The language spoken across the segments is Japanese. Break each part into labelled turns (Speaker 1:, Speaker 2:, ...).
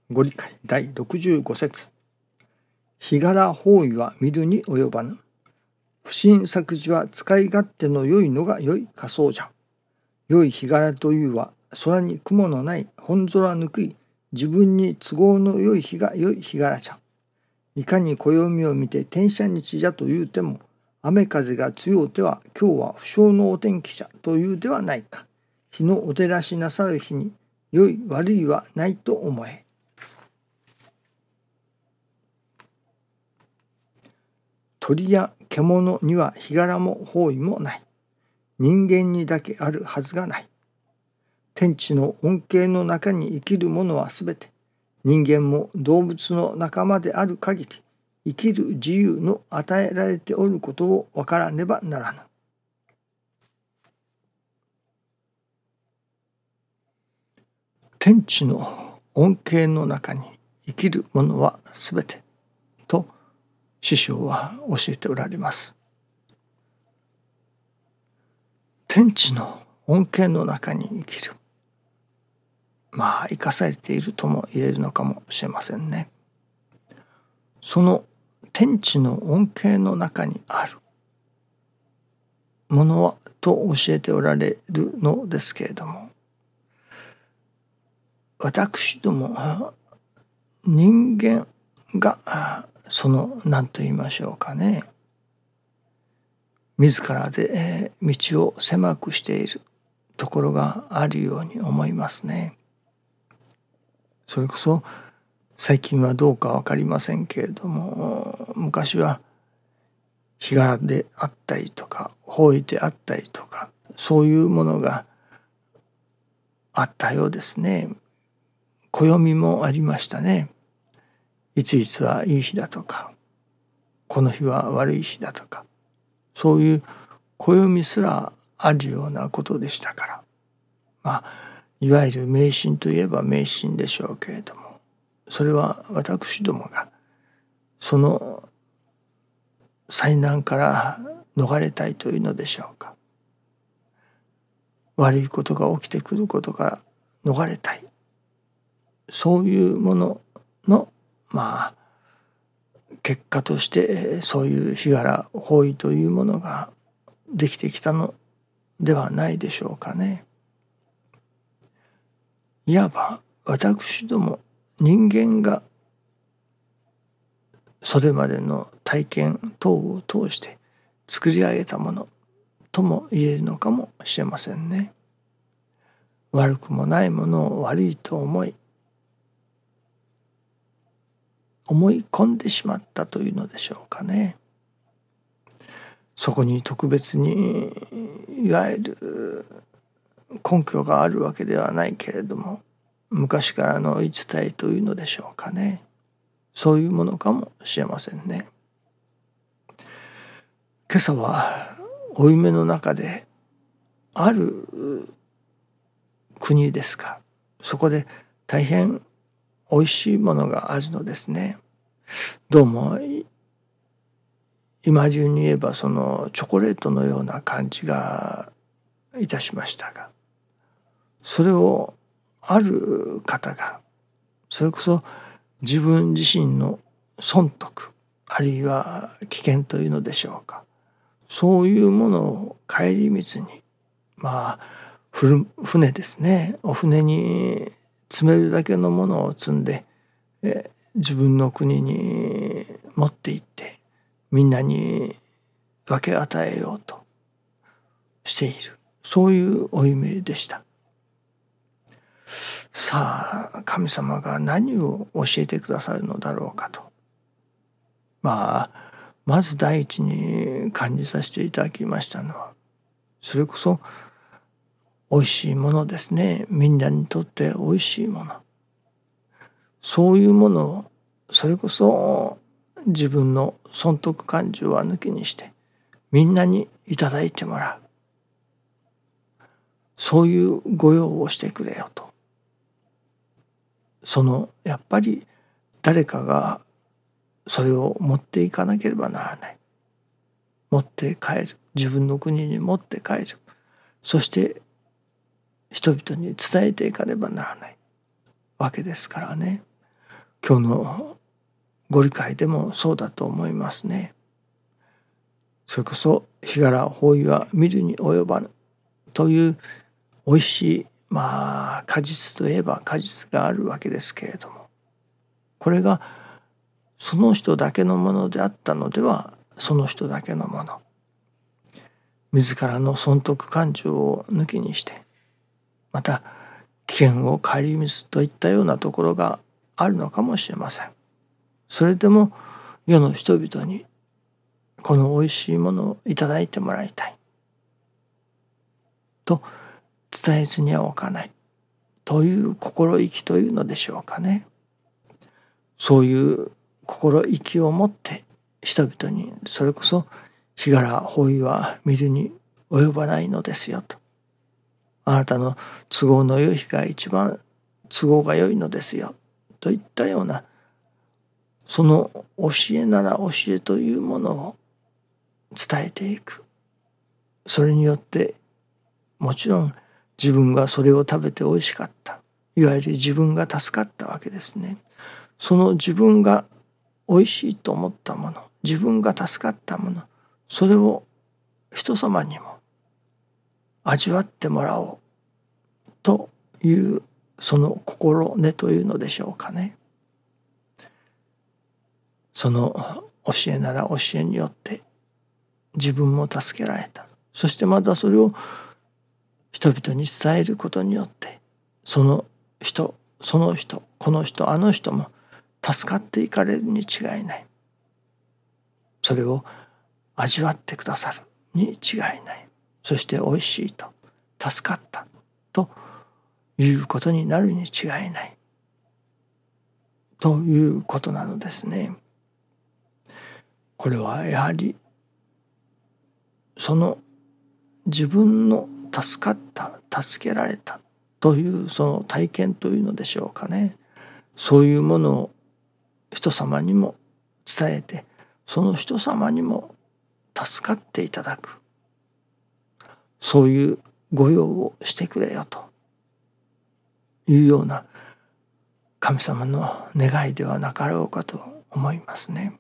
Speaker 1: ご理解第65節。日柄方位は見るに及ばぬ。不審作事は使い勝手の良いのが良い仮想じゃ。良い日柄というは空に雲のない本空ぬくい自分に都合の良い日が良い日柄じゃ。いかに暦を見て天赦日じゃと言うても雨風が強うては今日は不祥のお天気じゃというではないか。日のお照らしなさる日に良い悪いはないと思え。鳥や獣には日柄も方位もない。人間にだけあるはずがない。天地の恩恵の中に生きる者はすべて、人間も動物の仲間である限り、生きる自由の与えられておることを分からねばならぬ。天地の恩恵の中に生きる者はすべてと師匠は教えておられます。天地の恩恵の中に生きる。生かされているとも言えるのかもしれませんね。その天地の恩恵の中にあるものはと教えておられるのですけれども、私ども人間がその何と言いましょうかね、自らで道を狭くしているところがあるように思いますね。それこそ最近はどうか分かりませんけれども、昔は日柄であったりとか方位であったりとかそういうものがあったようですね。暦もありましたね。いついつはいい日だとか、この日は悪い日だとか、そういう暦すらあるようなことでしたから、いわゆる迷信といえば迷信でしょうけれども、それは私どもがその災難から逃れたいというのでしょうか。悪いことが起きてくることから逃れたい。そういうものの結果としてそういう日柄方位というものができてきたのではないでしょうかね。いわば私ども人間がそれまでの体験等を通して作り上げたものとも言えるのかもしれませんね。悪くもないものを悪いと思い込んでしまったというのでしょうかね。そこに特別にいわゆる根拠があるわけではないけれども、昔からの言い伝えというのでしょうかね。そういうものかもしれませんね。今朝は負い目の中である国ですか、そこで大変おいしいものがあるのですね。どうも今中に言えばそのチョコレートのような感じがいたしましたが、それをある方がそれこそ自分自身の損得あるいは危険というのでしょうか、そういうものを顧みずに船ですね、お船に積めるだけのものを積んで自分の国に持って行ってみんなに分け与えようとしている、そういう負い目でした。さあ神様が何を教えてくださるのだろうかと、まず第一に感じさせていただきましたのは、それこそおいしいものですね。みんなにとっておいしいもの、そういうものをそれこそ自分の損得感情は抜きにしてみんなにいただいてもらう、そういう御用をしてくれよと。そのやっぱり誰かがそれを持っていかなければならない、持って帰る、自分の国に持って帰る、そして人々に伝えていかねばならないわけですからね。 今日のご理解でもそうだと思いますね。それこそ日柄法衣は見るに及ばぬというおいしい果実といえば果実があるわけですけれども、これがその人だけのものであったのではその人だけのもの、自らの損得感情を抜きにして、また危険を顧みずといったようなところがあるのかもしれません。それでも世の人々にこのおいしいものをいただいてもらいたいと伝えずにはおかないという心意気というのでしょうかね。そういう心意気を持って人々に、それこそ日柄法衣は見るに及ばないのですよと、あなたの都合の良い日が一番都合が良いのですよといったような、その教えなら教えというものを伝えていく。それによってもちろん自分がそれを食べて美味しかった、いわゆる自分が助かったわけですね。その自分が美味しいと思ったもの、自分が助かったもの、それを人様にも味わってもらおうというその心根というのでしょうかね。その教えなら教えによって自分も助けられた。そしてまたそれを人々に伝えることによってその人、その人、この人、あの人も助かっていかれるに違いない。それを味わってくださるに違いない。そして美味しいと、助かったということになるに違いないということなのですね。これはやはりその自分の助かった、助けられたというその体験というのでしょうかね。そういうものを人様にも伝えて、その人様にも助かっていただく、そういう御用をしてくれよというような神様の願いではなかろうかと思いますね。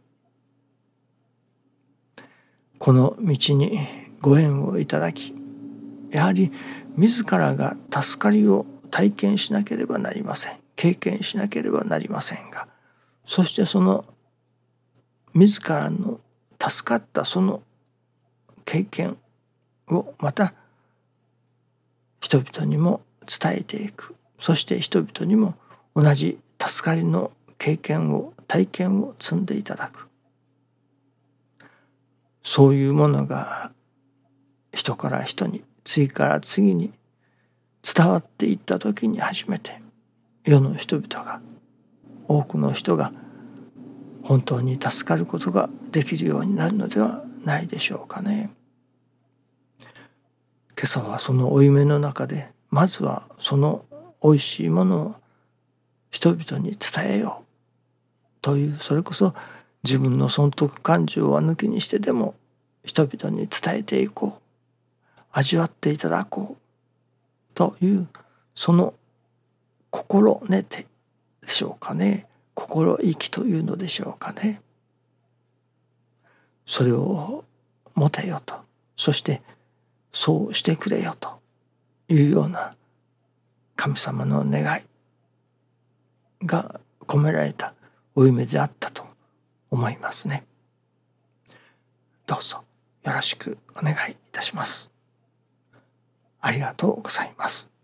Speaker 1: この道にご縁をいただき、やはり自らが助かりを体験しなければなりません。経験しなければなりませんが、そしてその自らの助かったその経験をまた人々にも伝えていく。そして人々にも同じ助かりの経験を、体験を積んでいただく。そういうものが人から人に、次から次に伝わっていった時に初めて世の人々が、多くの人が本当に助かることができるようになるのではないでしょうかね。今朝はその負い目の中で、まずはそのおいしいものを人々に伝えようという、それこそ自分の損得感情は抜きにしてでも人々に伝えていこう、味わっていただこうというその心根てでしょうかね。心意気というのでしょうかね。それを持てよと、そしてそうしてくれよというような神様の願いが込められたお夢であったと思いますね。どうぞよろしくお願いいたします。ありがとうございます。